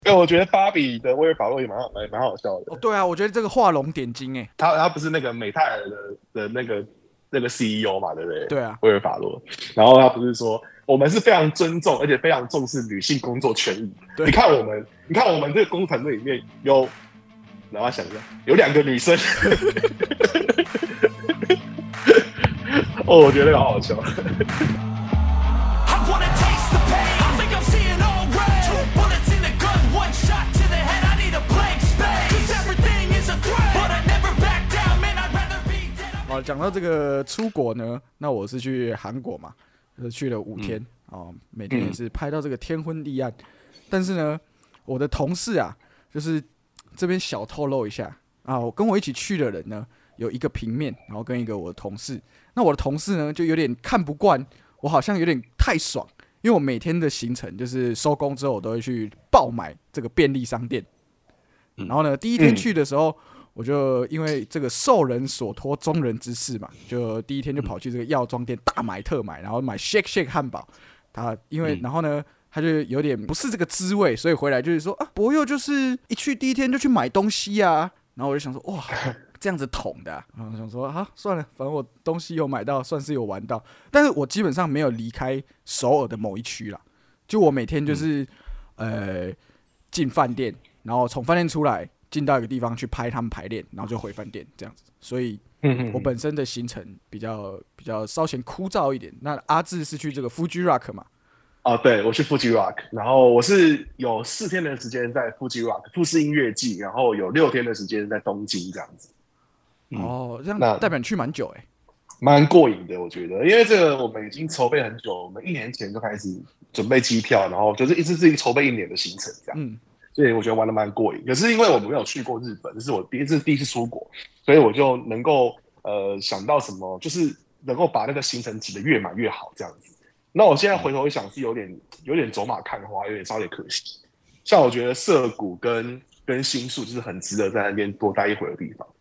因为我觉得芭比的威尔法洛也蛮好笑的。 哦，对啊，我觉得这个画龙点睛哎。 他不是那个美泰尔的那个 CEO 嘛，对不对？ 对啊， 威尔法洛。然后他不是说我们是非常尊重而且非常重视女性工作权益。你看我们这个工作团队里面有，然后想一下，有2个女生。哦，我觉得好好笑。 好，讲到这个出国呢，那我是去韩国嘛，去了5天哦，每天也是拍到这个天昏地暗。但是呢，我的同事啊，就是这边小透露一下啊，我跟我一起去的人呢，有一个平面，然后跟一个我的同事。那我的同事呢，就有点看不惯我，好像有点太爽，因为我每天的行程就是收工之后，我都会去爆买这个便利商店。然后呢，第一天去的时候。我就因为这个受人所托，忠人之事嘛，就第一天就跑去这个药妆店大买特买，然后买 shake 汉堡。他因为然后呢，他就有点不是这个滋味，所以回来就是说啊，博佑就是一去第一天就去买东西啊。然后我就想说哇，这样子捅的然后想说啊，算了，反正我东西有买到，算是有玩到。但是我基本上没有离开首尔的某一区啦，就我每天就是进饭店，然后从饭店出来。进到一个地方去拍他们排练，然后就回饭店这样子，所以我本身的行程比较稍显枯燥一点。那阿志是去这个 Fuji Rock 嘛？ 哦，对，我去 Fuji Rock，然后我是有4天的时间在 Fuji Rock 富士音乐季，然后有6天的时间在东京这样子。 哦，这样代表你去蛮久哎， 蛮过瘾的，我觉得，因为这个我们已经筹备很久，我们1年前就开始准备机票，然后就是一直是筹备1年的行程这样。所以我觉得玩的蛮过瘾，可是因为我没有去过日本，这是我第一次出国，所以我就能够想到什么，就是能够把那个行程挤得越满越好这样子。那我现在回头一想，是有点走马看花，有点稍微可惜。像我觉得涩谷跟新宿就是很值得在那边多待一会儿的地方。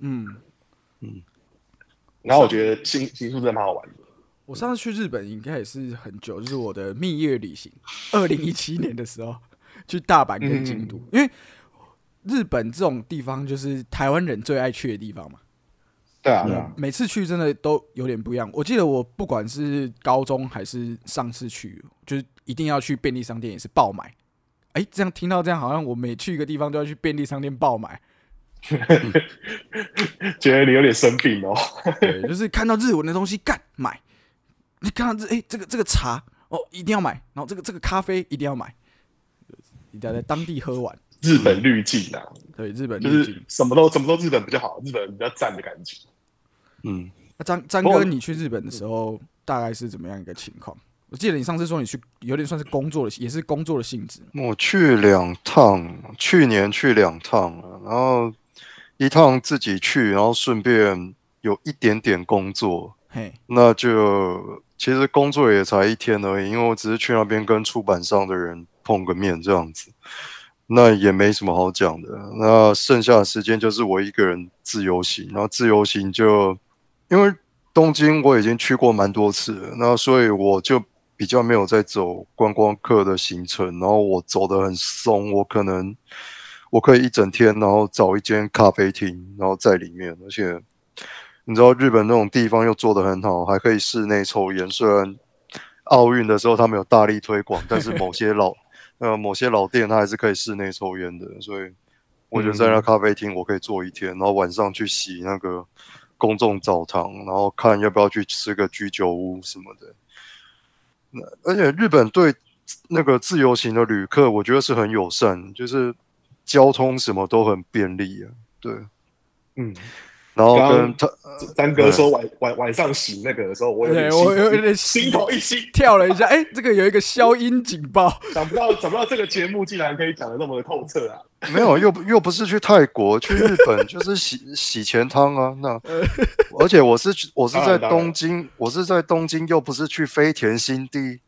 然后我觉得新宿真的蛮好玩的。 我上次去日本应该也是很久，就是我的蜜月旅行，2017年的时候。去大阪跟京都，因为日本这种地方就是台湾人最爱去的地方嘛。 对啊， 每次去真的都有点不一样。我记得我不管是高中还是上次去，就是一定要去便利商店，也是爆买。这样听到这样，好像我每去一个地方都要去便利商店爆买。 觉得你有点生病哦。 对，就是看到日文的东西干买，你看到这个茶哦一定要买，然后这个咖啡一定要买。一定要在当地喝完。 日本滤镜啊， 对，日本滤镜就是什么都日本比较好，日本比较赞的感觉。 那张哥，你去日本的时候大概是怎么样一个情况？我记得你上次说你去有点算是工作的，也是工作的性质。 我去2趟，去年去2趟，然后1趟自己去，然后顺便有一点点工作。那就其实工作也才1天而已，因为我只是去那边跟出版商的人碰个面这样子，那也没什么好讲的。那剩下的时间就是我一个人自由行，然后自由行就因为东京我已经去过蛮多次了，那所以我就比较没有在走观光客的行程，然后我走得很松，我可以一整天，然后找一间咖啡厅，然后在里面，而且你知道日本那种地方又做得很好，还可以室内抽烟。虽然奥运的时候他们有大力推广，但是某些老店它还是可以室内抽烟的，所以我就在那咖啡厅我可以坐1天，然后晚上去洗那个公众澡堂，然后看要不要去吃个居酒屋什么的。而且日本对那个自由行的旅客，我觉得是很友善，就是交通什么都很便利啊。对，然后跟他詹哥说晚上洗那个的时候，我有点心头一心跳了一下。这个有一个消音警报， 想不到这个节目竟然可以讲得那么的透彻啊！ 没有，又不是去泰国，去日本就是洗钱汤啊。那而且我是在东京，又不是去飞田新地。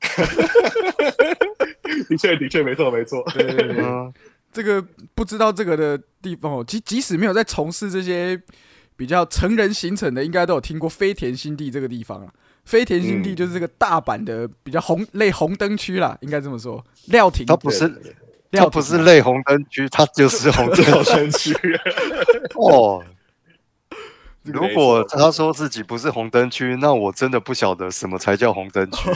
的确没错。 对，这个不知道这个的地方，即使没有在从事这些比较成人行程的，应该都有听过飞田新地这个地方啊。飞田新地就是这个大阪的比较类红灯区啦，应该这么说。料亭， 它不是类红灯区，它就是红灯区。 哦，如果他说自己不是红灯区，那我真的不晓得什么才叫红灯区。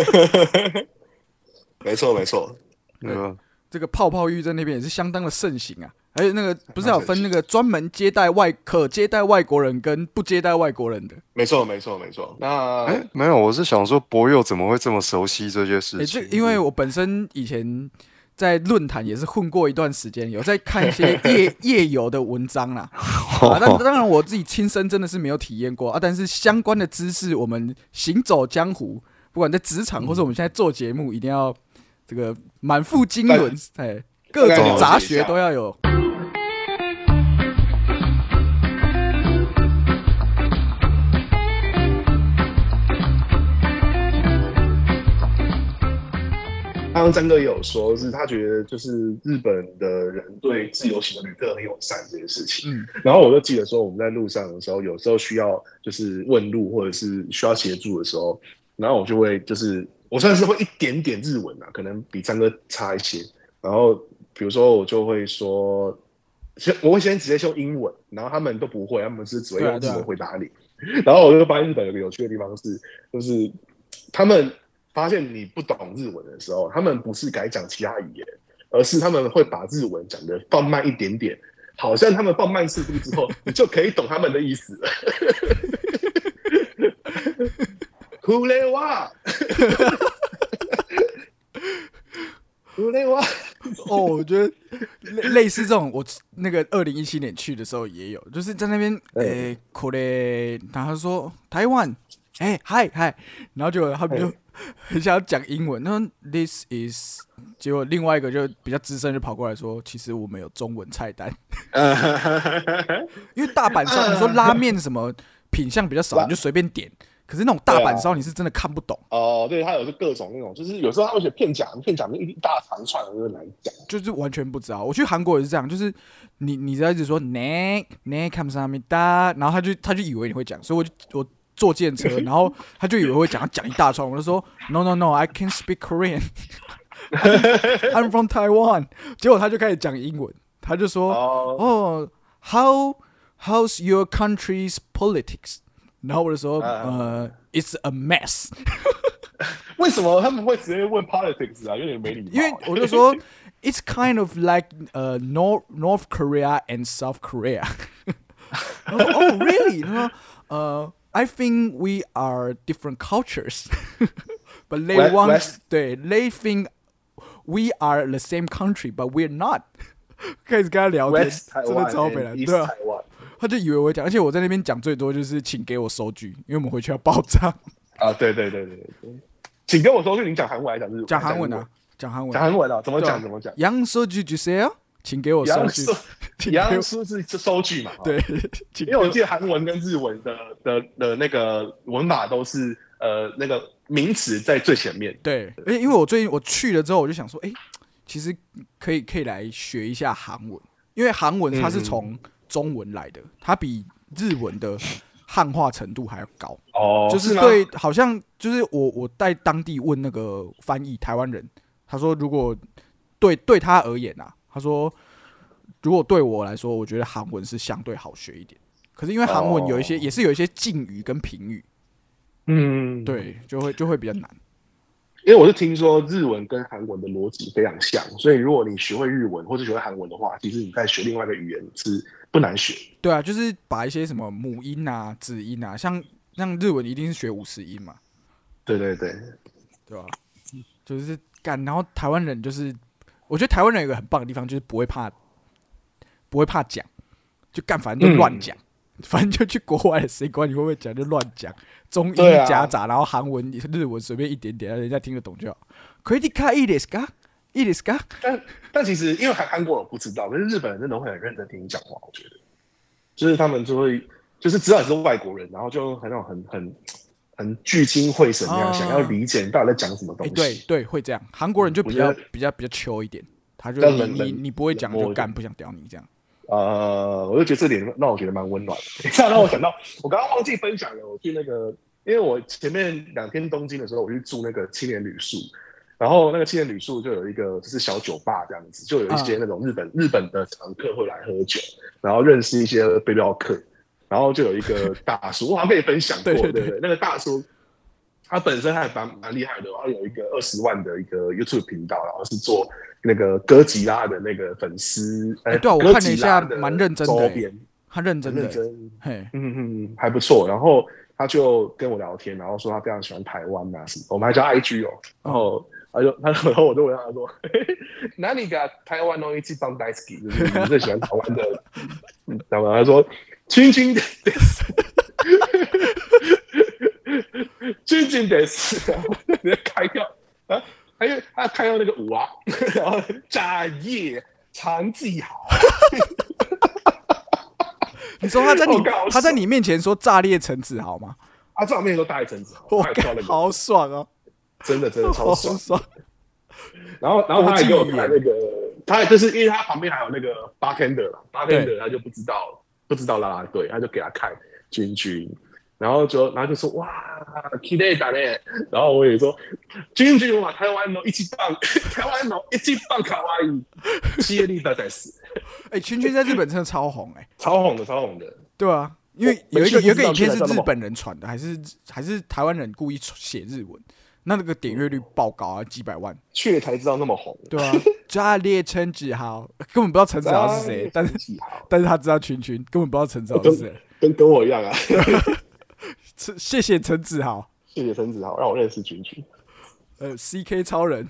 没错没错， 这个泡泡浴在那边也是相当的盛行啊。还有那个不是有分那个专门可接待外国人跟不接待外国人的？ 没错没错没错。那没有，我是想说博佑怎么会这么熟悉这些事情？ 因为我本身以前在论坛也是混过一段时间，有在看一些夜游的文章啦。但当然我自己亲身真的是没有体验过啊。但是相关的知识，我们行走江湖，不管在职场或是我们现在做节目，一定要这个满腹经纶，各种杂学都要有。 刚刚詹哥也有说，是他觉得就是日本的人对自由行的旅客很友善这件事情。然后我就记得说，我们在路上的时候，有时候需要就是问路或者是需要协助的时候，然后我就会就是我算是会一点点日文啊，可能比詹哥差一些。然后比如说我就会说，我会先直接用英文，然后他们都不会，他们是只会用日文回答你。然后我就发现日本有个有趣的地方是，就是他们发现你不懂日文的时候，他们不是改讲其他语言，而是他们会把日文讲的放慢一点点，好像他们放慢速度之后，你就可以懂他们的意思了。库雷瓦，库雷瓦。 哦，我觉得类似这种，我那个2017年去的时候也有，就是在那边，库雷，然后他说台湾，嗨，然后就他们就很想要讲英文，那 this is， 结果另外一个就比较资深就跑过来说，其实我们有中文菜单，因为大阪烧，你说拉面什么品相比较少，你就随便点。可是那种大阪烧你是真的看不懂哦，对，它有各种那种，就是有时候他会写片假一大长串的，就是难讲， 就是完全不知道。我去韩国也是这样，就是你在一直说ne kamsahamnida，然后他就以为你会讲，所以我坐电车，然后他就以为会讲一大串，我就说 no I can speak Korean I'm from Taiwan， 结果他就开始讲英文，他就说how's your country's politics？然后我就说it's a mess 。 为什么他们会直接问 politics 啊？有点没礼貌。 因为我就说 it's kind of like North Korea and South Korea 。Oh really？ 他说I think we are different cultures ，but they think we are the same country, but we're not 。开始跟他聊天，真的超北蓝，对啊。他就以为我会讲，而且我在那边讲最多就是请给我收据，因为我们回去要报账。 啊，对，请给我收据。你讲韩文还是讲日文？ 讲韩文啊，讲韩文啊，怎么讲？ 杨收据주세요，请给我收据。 杨收是收据嘛？ 对， 因为我记得韩文跟日文的那个文法都是那个名词在最前面。 对，因为我最近我去了之后，我就想说，其实可以来学一下韩文，因为韩文它是从中文来的，它比日文的汉化程度还要高。就是对，好像就是我在当地问那个翻译台湾人，他说如果对他而言啊，他说如果对我来说，我觉得韩文是相对好学一点。可是因为韩文有一些也是有一些敬语跟评语，对，就会比较难。 因为我是听说日文跟韩文的逻辑非常像，所以如果你学会日文或者学会韩文的话，其实你在学另外一个语言是不难学。 对啊，就是把一些什么母音啊、子音啊，像日文一定是学50音嘛。 对吧？就是干，然后台湾人就是，我觉得台湾人有一个很棒的地方，就是不会怕讲，就干反正就乱讲。反正就去国外，谁管你会不会讲，就乱讲，中英夹杂，然后韩文、日文随便一点点，人家听得懂就好。Credit cardいいですか？いいですか？ 但其实因为韩国人不知道，可是日本人真的会很认真听你讲话。我觉得，就是他们就会就是知道你是外国人，然后就很聚精会神那样，想要理解你到底在讲什么东西。 对，会这样。韩国人就比较 chill 一点，他就你不会讲就干，不想屌你这样。 我就觉得这点让我觉得蛮温暖的。这样让我想到，我刚刚忘记分享了，我去那个，因为我前面2天东京的时候，我去住那个青年旅宿， 然后那个青年旅宿就有一个就是小酒吧这样子，就有一些那种日本的常客会来喝酒，然后认识一些背包客，然后就有一个大叔，我好像跟你分享过，对，那个大叔他本身还蛮厉害的，然后有一个20万的一个 YouTube 频道，然后是做那个哥吉拉的那个粉丝， 对啊，我看了一下，蛮认真的， 周边他认真， 嘿，还不错，然后他就跟我聊天，然后说他非常喜欢台湾啊什么，我们还叫 IG 哦，然后然后我就问他说，哪里个台湾东西去当 Daisy， 就是你最喜欢台湾的，然后他说，君君的，君君的，然后直接开掉啊，他开到那个舞啊，然后炸夜长记好。 你说他在你面前说炸裂陈子豪吗？ 他在我面前说炸裂陈子豪， 好爽哦！ 真的超爽。然后他还给我看那个，他就是因为他旁边还有那个 bartender 他就不知道啦啦队，他就给他看君，然后就说哇，期待打嘞，然后我也说君哇，台湾の一番可愛い企業リーダーです。 君在日本真的超红超红的。 对啊，因为有一个影片是日本人传的，还是台湾人故意写日文，那个点阅率爆高啊，几百万。 去了才知道那么红。对啊，炸裂陈子豪，根本不知道陈子豪是谁，但是他知道君，根本不知道陈子豪是谁， 跟我一样啊。 谢谢陈子豪， 让我认识君。 CK 超人。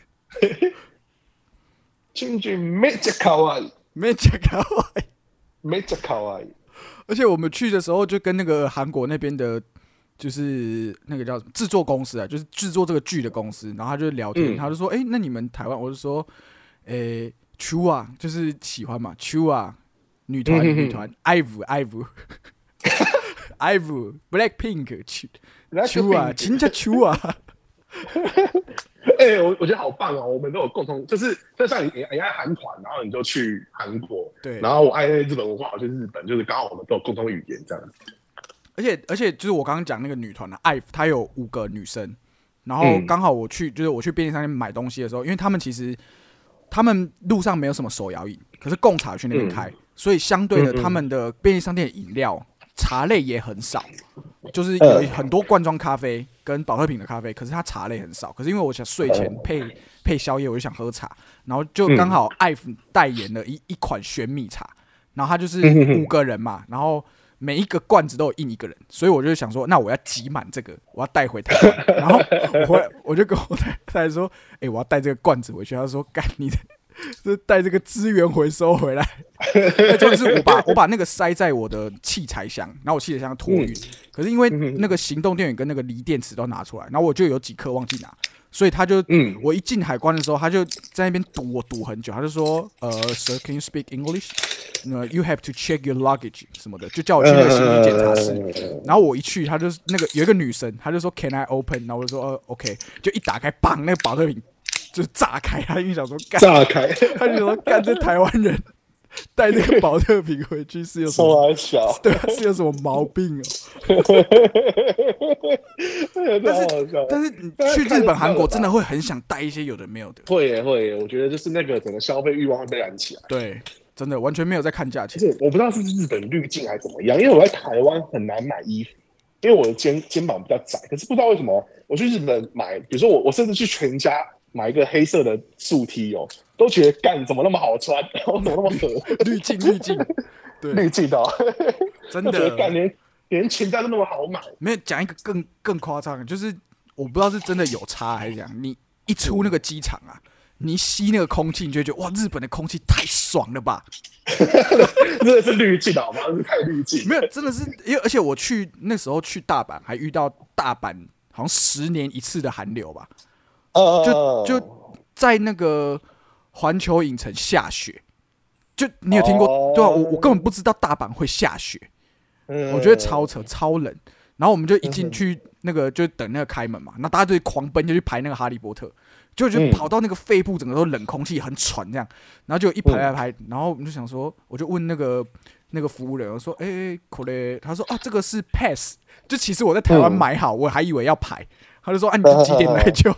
君めっちゃ可愛い。 めっちゃ可愛い。 めっちゃ可愛い。 而且我们去的时候就跟那个韩国那边的，就是那个叫制作公司啊，就是制作这个剧的公司，然后他就聊天，他就说，那你们台湾，我就说，Chu 啊，就是喜欢嘛 ，Chu 啊，女团，IVE Blackpink Chu 啊，진짜 Chu啊。 我觉得好棒哦！我们都有共同，就是像你爱韩团，然后你就去韩国， 对， 然后我爱日本文化，我去日本，就是刚好我们都有共同语言这样子。 而且就是我刚刚讲那个女团的IVE，她有5个女生，然后刚好我去便利商店买东西的时候，因为他们路上没有什么手摇饮，可是贡茶去那边开，所以相对的他们的便利商店的饮料茶类也很少。就是有很多罐装咖啡跟保特瓶的咖啡，可是它茶类很少。可是因为我想睡前配宵夜，我就想喝茶，然后就刚好IVE代言了一款玄米茶，然后它就是5个人嘛，然后每一个罐子都有印1个人，所以我就想说，那我要集满这个，我要带回台湾。然后我就跟我太太说，我要带这个罐子回去。他说，干你的。是带这个资源回收回来，重点是我把那个塞在我的器材箱，然后我器材箱托运。可是因为那个行动电源跟那个锂电池都拿出来，然后我就有几颗忘记拿，所以他就我一进海关的时候，他就在那边堵很久，他就说Sir, can you speak English? You have to check your luggage 什么的，就叫我去那个行李检查室。然后我一去，他就那个有一个女生，他就说 Can I open？ 然后我就说OK， 就一打开，砰，那个保特瓶。就炸开，他就想说炸开， 他就说干这台湾人带这个保特瓶回去是有什么？对，是有什么毛病但是你去日本、韩国真的会很想带一些有的没有的。 会耶，我觉得就是那个整个消费欲望会被燃起来。 对，真的完全没有在看价钱。 我不知道是日本滤镜还是怎么样，因为我在台湾很难买衣服。因为我的肩膀比较窄，可是不知道为什么我去日本买，比如说我甚至去全家买一个黑色的素 T 哦，都觉得干怎么那么好穿，然后怎么那么合？ 滤镜，对， 滤镜的， 真的， 觉得干连全家都那么好买。 没有讲一个更夸张的，就是我不知道是真的有差还是怎样，你一出那个机场啊，你吸那个空气，你就会觉得哇，日本的空气太爽了吧？ 真的是滤镜好吗？是太滤镜。 没有，真的是，因为而且我那时候去大阪，还遇到大阪好像10年一次的寒流吧。就在那个环球影城下雪，就你有听过？对啊，我根本不知道大阪会下雪，我觉得超扯超冷。然后我们就一进去那个就等那个开门嘛，那大家就狂奔就去排那个哈利波特，就跑到那个肺部整个都冷空气很喘这样，然后就一排，然后我们就想说，我就问那个服务人，我说可能他说这个是 pass， 就其实我在台湾买好，我还以为要排，他就说你几点来就好。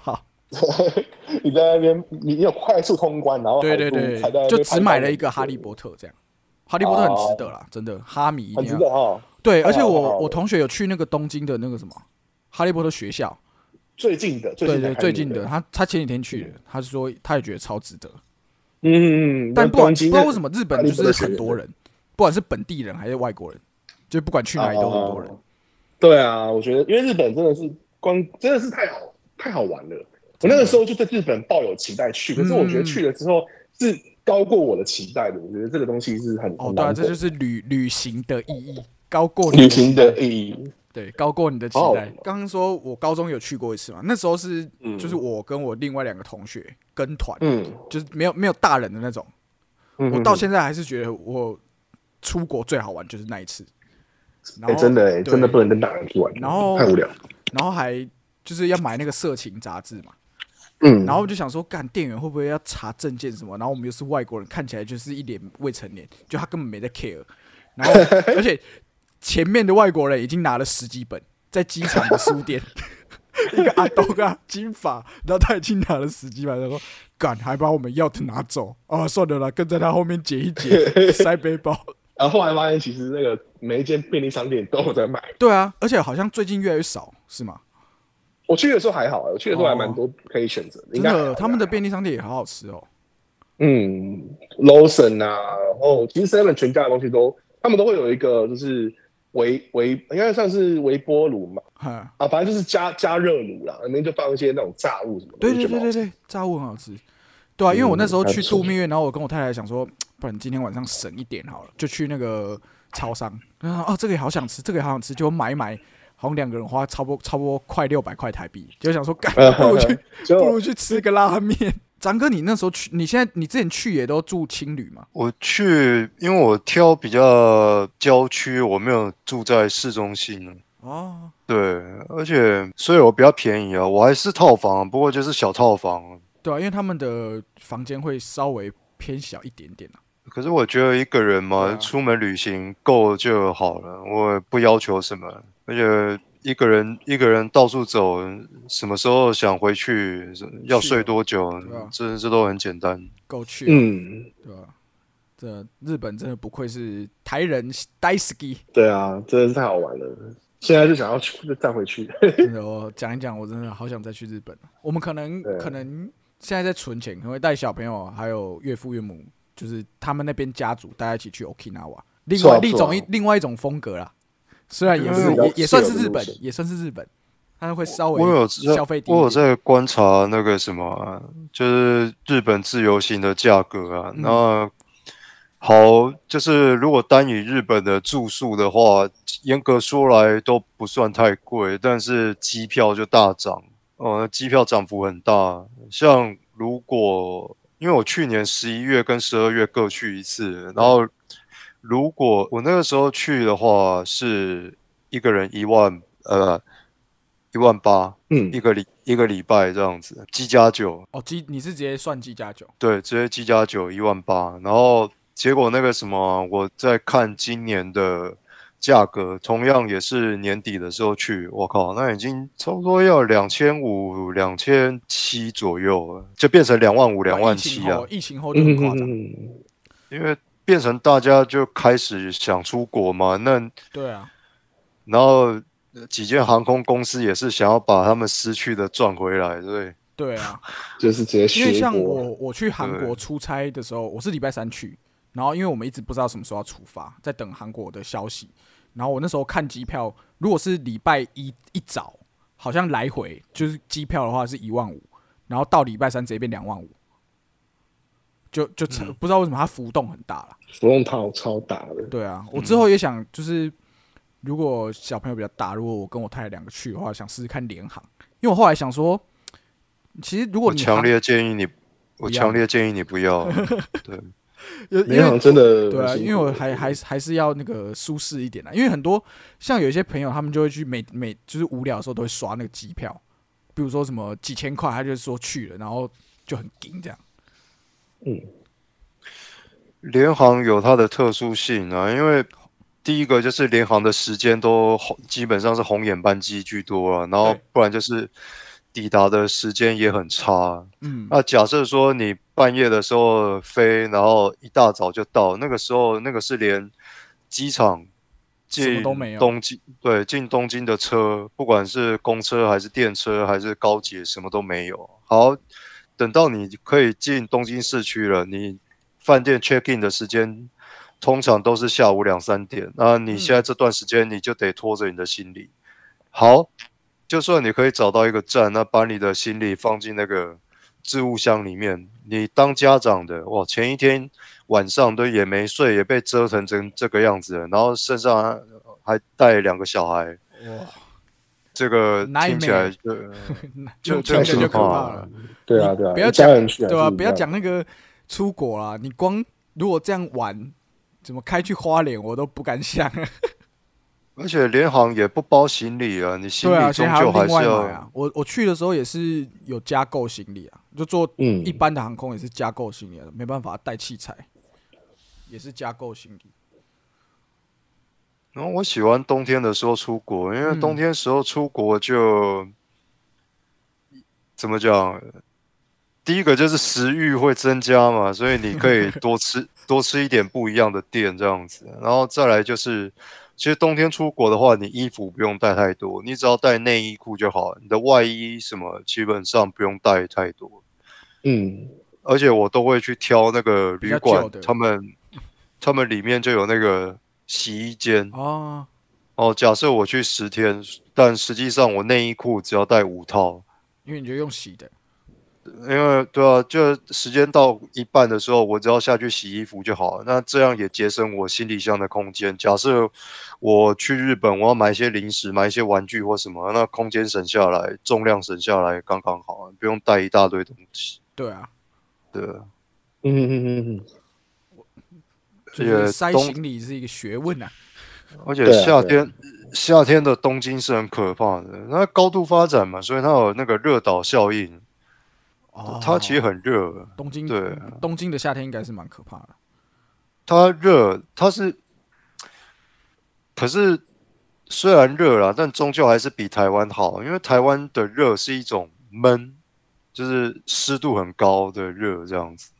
你在那边，你有快速通关，然后对，就只买了一个哈利波特这样。哈利波特很值得啦，真的，哈迷一定要。 很值得哈。 对，而且我同学有去那个东京的那个什么哈利波特学校， 最近的， 最近的，他前几天去了，他是说他也觉得超值得。但不知道为什么日本就是很多人，不管是本地人还是外国人，就不管去哪里都很多人。 对啊，我觉得因为日本真的是真的是太好玩了。我那个时候就对日本抱有期待去，可是我觉得去了之后是高过我的期待的。我觉得这个东西是很对啊，这就是旅行的意义，高过旅行的意义。 对，高过你的期待。刚刚说我高中有去过一次嘛，那时候是就是我跟我另外2个同学跟团，就是没有大人的那种。我到现在还是觉得我出国最好玩就是那一次。 真的不能跟大人去玩， 然后太无聊。 然后还就是要买那个色情杂志嘛。然后我就想说，干店员会不会要查证件什么？然后我们又是外国人，看起来就是一脸未成年，就他根本没在 care。然后而且前面的外国人已经拿了10几本，在机场的书店，一个阿斗啊，金发，然后他已经拿了10几本，他说干还把我们要的拿走啊，算了啦，跟在他后面解一解，塞背包。 然后后来发现，其实那个每一间便利商店都有在卖。 对啊，而且好像最近越来越少，是吗？ 我去的时候还好，我去的时候还蛮多可以选择的。 真的，他们的便利商店也好好吃哦。 Lawson 啊，然后其实 Seven 全家的东西他们都会有一个就是应该算是微波炉嘛，反正就是加热炉啦，里面就放一些那种炸物什么的。 对，炸物很好吃。对啊，因为我那时候去度蜜月，然后我跟我太太想说，不然今天晚上省一点好了，就去那个超商。这个也好想吃，这个也好想吃，结果买一买。好像2个人花差不多快600块台币，就想说，不如去吃个拉面。张哥，你那时候去，你之前去也都住青旅吗？ 我去，因为我挑比较郊区，我没有住在市中心。对，而且所以我比较便宜啊，我还是套房，不过就是小套房。 对啊，因为他们的房间会稍微偏小一点点啊。 可是我觉得一个人嘛，出门旅行够就好了，我也不要求什么。而且一个人到处走，什么时候想回去，要睡多久，这都很简单， 够去。对吧？这日本真的不愧是台人大好き。 对啊，真的是太好玩了。现在就想要再回去。 真的，我讲一讲，我真的好想再去日本。我们可能现在在存钱，可能会带小朋友还有岳父岳母，就是他们那边家族大家一起去 Okinawa， 另外一种风格啦。虽然也算是日本，他会稍微消费低一点。 我有在观察那个什么，就是日本自由行的价格啊。那好，就是如果单以日本的住宿的话，严格说来都不算太贵，但是机票就大涨。机票涨幅很大。像因为我去年11月跟12月各去一次，然后。如果我那个时候去的话，是一个人18000，一个礼拜这样子，机加酒。 你是直接算机加酒？ 对，直接机加酒18000，然后结果那个什么，我在看今年的价格，同样也是年底的时候去，我靠，那已经差不多要2500、2700左右了，就变成25000、27000啊。 疫情后就很夸张， 因为。变成大家就开始想出国嘛， 对啊， 然后几间航空公司也是想要把他们失去的赚回来， 对啊， 就是直接因为像我去韩国出差的时候，我是礼拜3去，然后因为我们一直不知道什么时候要出发，在等韩国的消息，然后我那时候看机票，如果是礼拜一早，好像来回就是机票的话是15000，然后到礼拜3直接变25000。就不知道为什么它浮动很大了， 浮动超大的。 对啊，我之后也想，就是如果小朋友比较大，如果我跟我太太2个去的话，想试试看联航，因为我后来想说，其实如果你我强烈建议你不要，对， 联航真的对啊，因为我还是要那个舒适一点啦，因为很多像有一些朋友，他们就会去每就是无聊的时候都会刷那个机票，比如说什么几千块，他就说去了，然后就很紧这样。 联航有它的特殊性啊，因为第一个就是联航的时间都基本上是红眼班机居多了，然后不然就是抵达的时间也很差。那假设说你半夜的时候飞，然后一大早就到，那个时候那个是连机场进东京，对，进东京的车，不管是公车还是电车还是高铁，什么都没有。好，等到你可以进东京市区了，你饭店 check in 的时间通常都是下午2、3点，那你现在这段时间你就得拖着你的行李。好，就算你可以找到一个站，那把你的行李放进那个置物箱里面，你当家长的，哇，前一天晚上都也没睡，也被折腾成这个样子了，然后身上还带2个小孩，哇，这个听起来就太可怕了。 对啊， 不要讲对啊，不要讲那个出国啦，你光如果这样玩，怎么开去花莲我都不敢想。 而且联航也不包行李啊，你行李终究还是要买啊。我去的时候也是有加购行李啊，就坐一般的航空也是加购行李啊，没办法带器材，也是加购行李。 然后我喜欢冬天的时候出国，因为冬天时候出国就怎么讲？第一个就是食欲会增加嘛，所以你可以多吃一点不一样的店这样子。然后再来就是，其实冬天出国的话，你衣服不用带太多，你只要带内衣裤就好，你的外衣什么基本上不用带太多。而且我都会去挑那个旅馆，他们里面就有那个洗衣间哦。假设我去10天，但实际上我内衣裤只要带5套， 因为你就用洗的。 因为对啊，就时间到一半的时候，我只要下去洗衣服就好了。那这样也节省我行李箱的空间。假设我去日本，我要买一些零食、买一些玩具或什么，那空间省下来，重量省下来，刚刚好，不用带一大堆东西。 对啊， 对啊， 就是塞行李是一个学问啊。 而且夏天的东京是很可怕的，那高度发展嘛，所以它有那个热岛效应。它其实很热， 东京的夏天应该是蛮可怕的。 它热，可是虽然热啦，但终究还是比台湾好，因为台湾的热是一种闷，就是湿度很高的热这样子。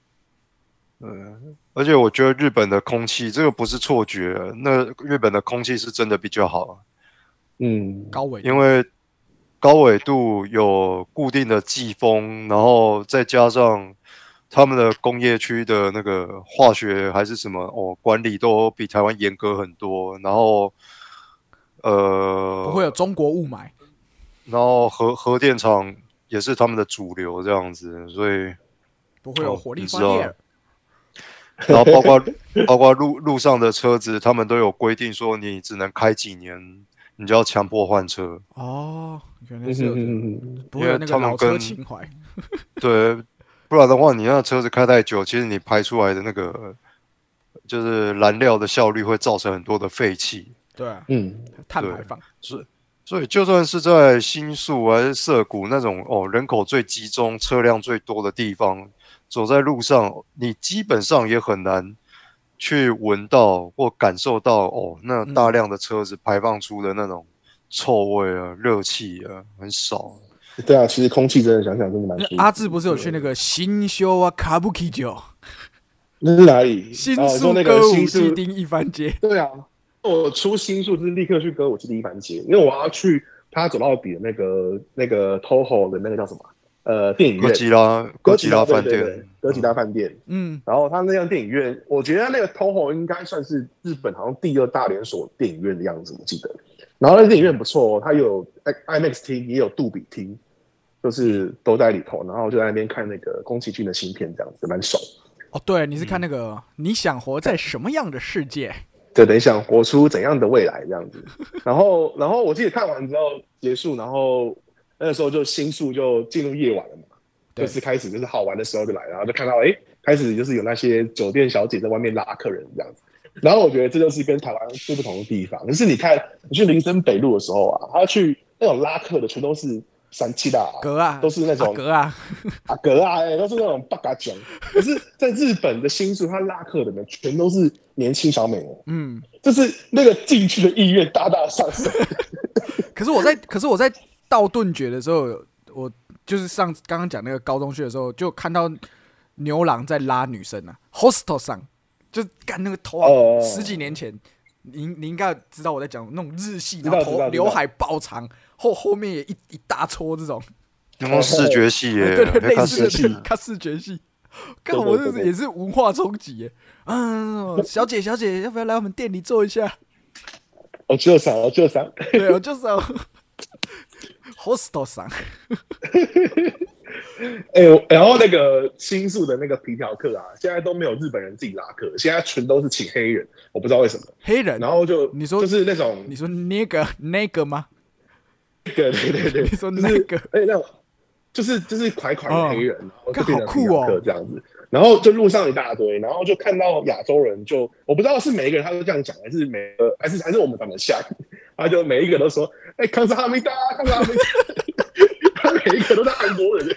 而且我觉得日本的空气，这个不是错觉，那日本的空气是真的比较好。 高纬度， 因为高纬度有固定的季风，然后再加上他们的工业区的那个化学还是什么管理都比台湾严格很多，然后不会有中国雾霾， 然后核电厂也是他们的主流这样子，所以不会有火力发电。 然后包括路上的车子，他们都有规定说你只能开几年。你就要强迫换车原来是有不会有那个老车情怀。 对，不然的话，你那车子开太久，其实你排出来的那个就是燃料的效率会造成很多的废气。 对啊，碳排放。 所以就算是在新宿还是涩谷那种人口最集中、车辆最多的地方，走在路上，你基本上也很难去闻到或感受到那大量的车子排放出的那种臭味啊、热气啊，很少。 对啊，其实空气真的想想真的蛮舒服。 阿志不是有去那个新修啊卡布奇酒？ 那是哪里？ 新宿歌舞伎町一番街。 对啊，我出新宿就是立刻去歌舞伎町一番街，因为我要去他走到底的那个 Toho 的那个叫什么？电影院哥吉拉饭店， 哥吉拉饭店，然后他那家电影院，我觉得那个 Toho 应该算是日本好像第2大连锁电影院的样子，我记得。然后那电影院不错它有 IMAX 厅，也有杜比厅，就是都在里头，然后就在那边看那个宫崎骏的新片，这样子蛮爽。 对，你是看那个你想活在什么样的世界？ 对，你想活出怎样的未来这样子。然后我记得看完之后结束，然后那个时候就新宿就进入夜晚了嘛，就是开始就是好玩的时候就来了，然后就看到开始就是有那些酒店小姐在外面拉客人这样子。然后我觉得这就是跟台湾最不同的地方，就是你看你去林森北路的时候啊，他去那种拉客的全都是三七啦， 格啊， 都是那种格啊， 都是那种八嘎奖。可是在日本的新宿，他拉客的人全都是年轻小美眉，就是那个进去的意愿大大上升。 可是我在道顿崛的时候， 我就是刚刚讲那个高中去的时候，就看到牛郎在拉女生啊 ，hostel 上就干那个头10几年前，你应该知道我在讲那种日系，然后头刘海爆长，后面也一大撮这种， 那种视觉系耶， 对，类似的看视觉系。看我也是文化冲击耶！小姐，要不要来我们店里坐一下？ 我就上， 对，我就上 hostel 上。 然后那个新宿的那个皮条客啊，现在都没有日本人自己拉客，现在全都是请黑人，我不知道为什么。 黑人， 然后你说就是那种， 你说那个吗？ 对， 你说那个， 那种就是蒯的黑人，然后就变成好酷哦， 这样子。然后就路上一大堆，然后就看到亚洲人，就我不知道是每一个人他都这样讲，还是我们长得像，他就每一个都说，康萨哈密达，他每一个都是韩国人。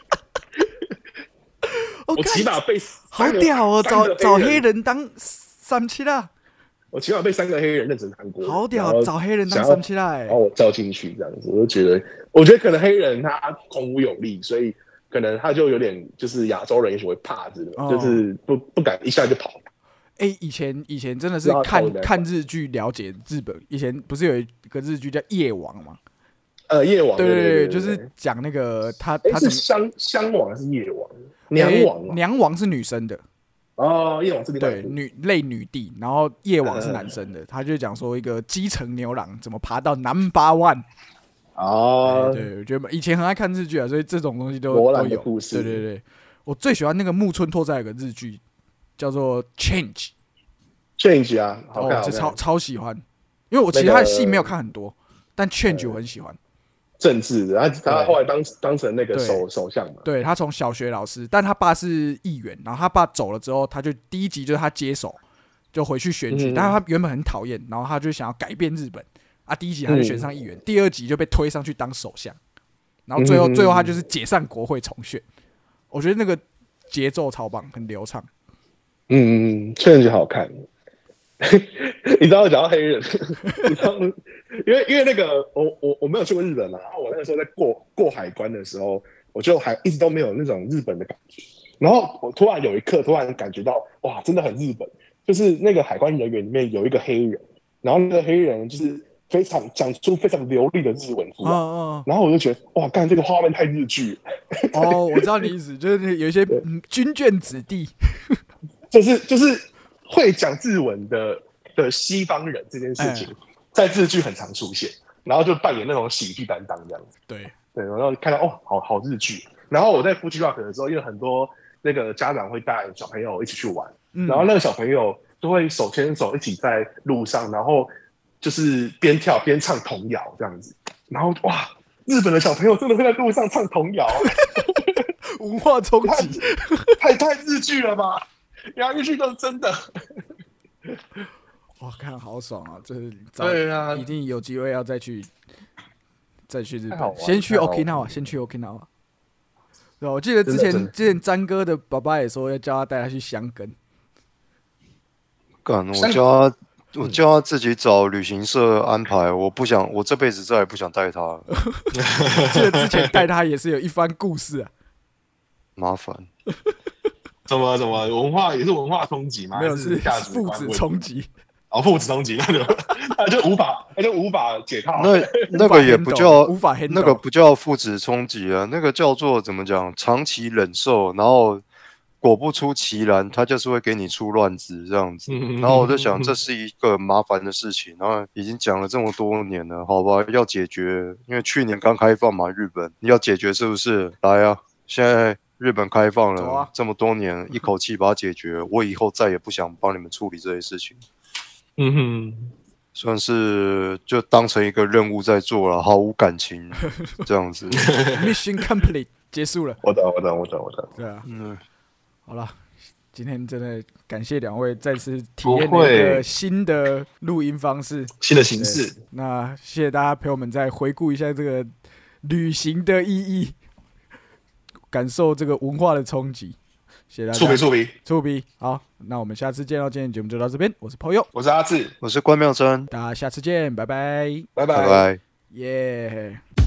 我起码被好屌哦，找黑人当3七啦。 我起码被3个黑人认成韩国人， 好屌，找黑人当3七啦， 然后我叫进去这样子，我觉得可能黑人他孔武有力，所以可能他就有点就是亚洲人也许会怕之类的，就是不敢一下就跑。 以前真的是看日剧了解日本，以前不是有一个日剧叫《夜王》吗？ 夜王， 对，就是讲那个他是香王还是夜王？ 娘王是女生的。 夜王是对类女帝，然后夜王是男生的，他就讲说一个基层牛郎怎么爬到number one。对，我觉得以前很爱看日剧啊，所以这种东西都有。对，我最喜欢那个木村拓哉有个日剧叫做 Change 啊，好看， 超喜欢，因为我其他的戏没有看很多，但 Change 我很喜欢。 政治的，他后来当成那个首相嘛。 对，他从小学老师，但他爸是议员，然后他爸走了之后，他就第一集就是他接手，就回去选举，但是他原本很讨厌，然后他就想要改变日本啊。第一集他就选上议员，第二集就被推上去当首相，然后最后他就是解散国会重选。我觉得那个节奏超棒，很流畅。 确实好看。你知道讲到黑人，你知道因为那个我没有去过日本嘛，然后我那个时候在过海关的时候，我就还一直都没有那种日本的感觉。然后我突然有一刻突然感觉到，哇，真的很日本。就是那个海关人员里面有一个黑人，然后那个黑人就是讲出非常流利的日文出来，然后我就觉得，哇，干这个画面太日剧了。 我知道你意思，就是有一些军眷子弟， 就是会讲日文的西方人这件事情，在日剧很常出现，然后就扮演那种喜剧担当这样子。 对， 然后看到好日剧。然后我在Fuji Rock的时候，因为很多那个家长会带小朋友一起去玩，然后那个小朋友就会手牵手一起在路上，然后就是边跳边唱童谣这样子。然后哇，日本的小朋友真的会在路上唱童谣， 文化冲击， 太日剧了吧？原来日剧都是真的。 哇，看好爽啊！这对啊， 一定有机会要再去日本，先去 Okinawa。对，我记得之前詹哥的爸爸也说要叫他带他去箱根。 干，我叫他自己找旅行社安排，我这辈子再也不想带他了。 记得之前带他也是有一番故事啊， 麻烦。 怎么文化也是文化冲击吗？ 没有，是父子冲击。 父子冲击那就无法解套。 那个也不叫无法 handle， 那个不叫父子冲击啊，那个叫做怎么讲？长期忍受，然后果不出其然，他就是会给你出乱子这样子。然后我就想，这是一个麻烦的事情。然后已经讲了这么多年了，好吧，要解决。因为去年刚开放嘛，日本你要解决是不是？来啊，现在日本开放了，这么多年，一口气把它解决。我以后再也不想帮你们处理这些事情。算是就当成一个任务在做了，毫无感情这样子。 Mission complete 结束了。 我懂。 对啊，好了，今天真的感谢两位再次体验了一个新的录音方式， 新的形式。 那谢谢大家陪我们再回顾一下这个旅行的意义，感受这个文化的冲击。谢谢大家。触笔。好，那我们下次见喽。今天节目就到这边，我是朋友， 我是阿志， 我是关妙珍， 大家下次见，拜拜， 拜拜， 耶。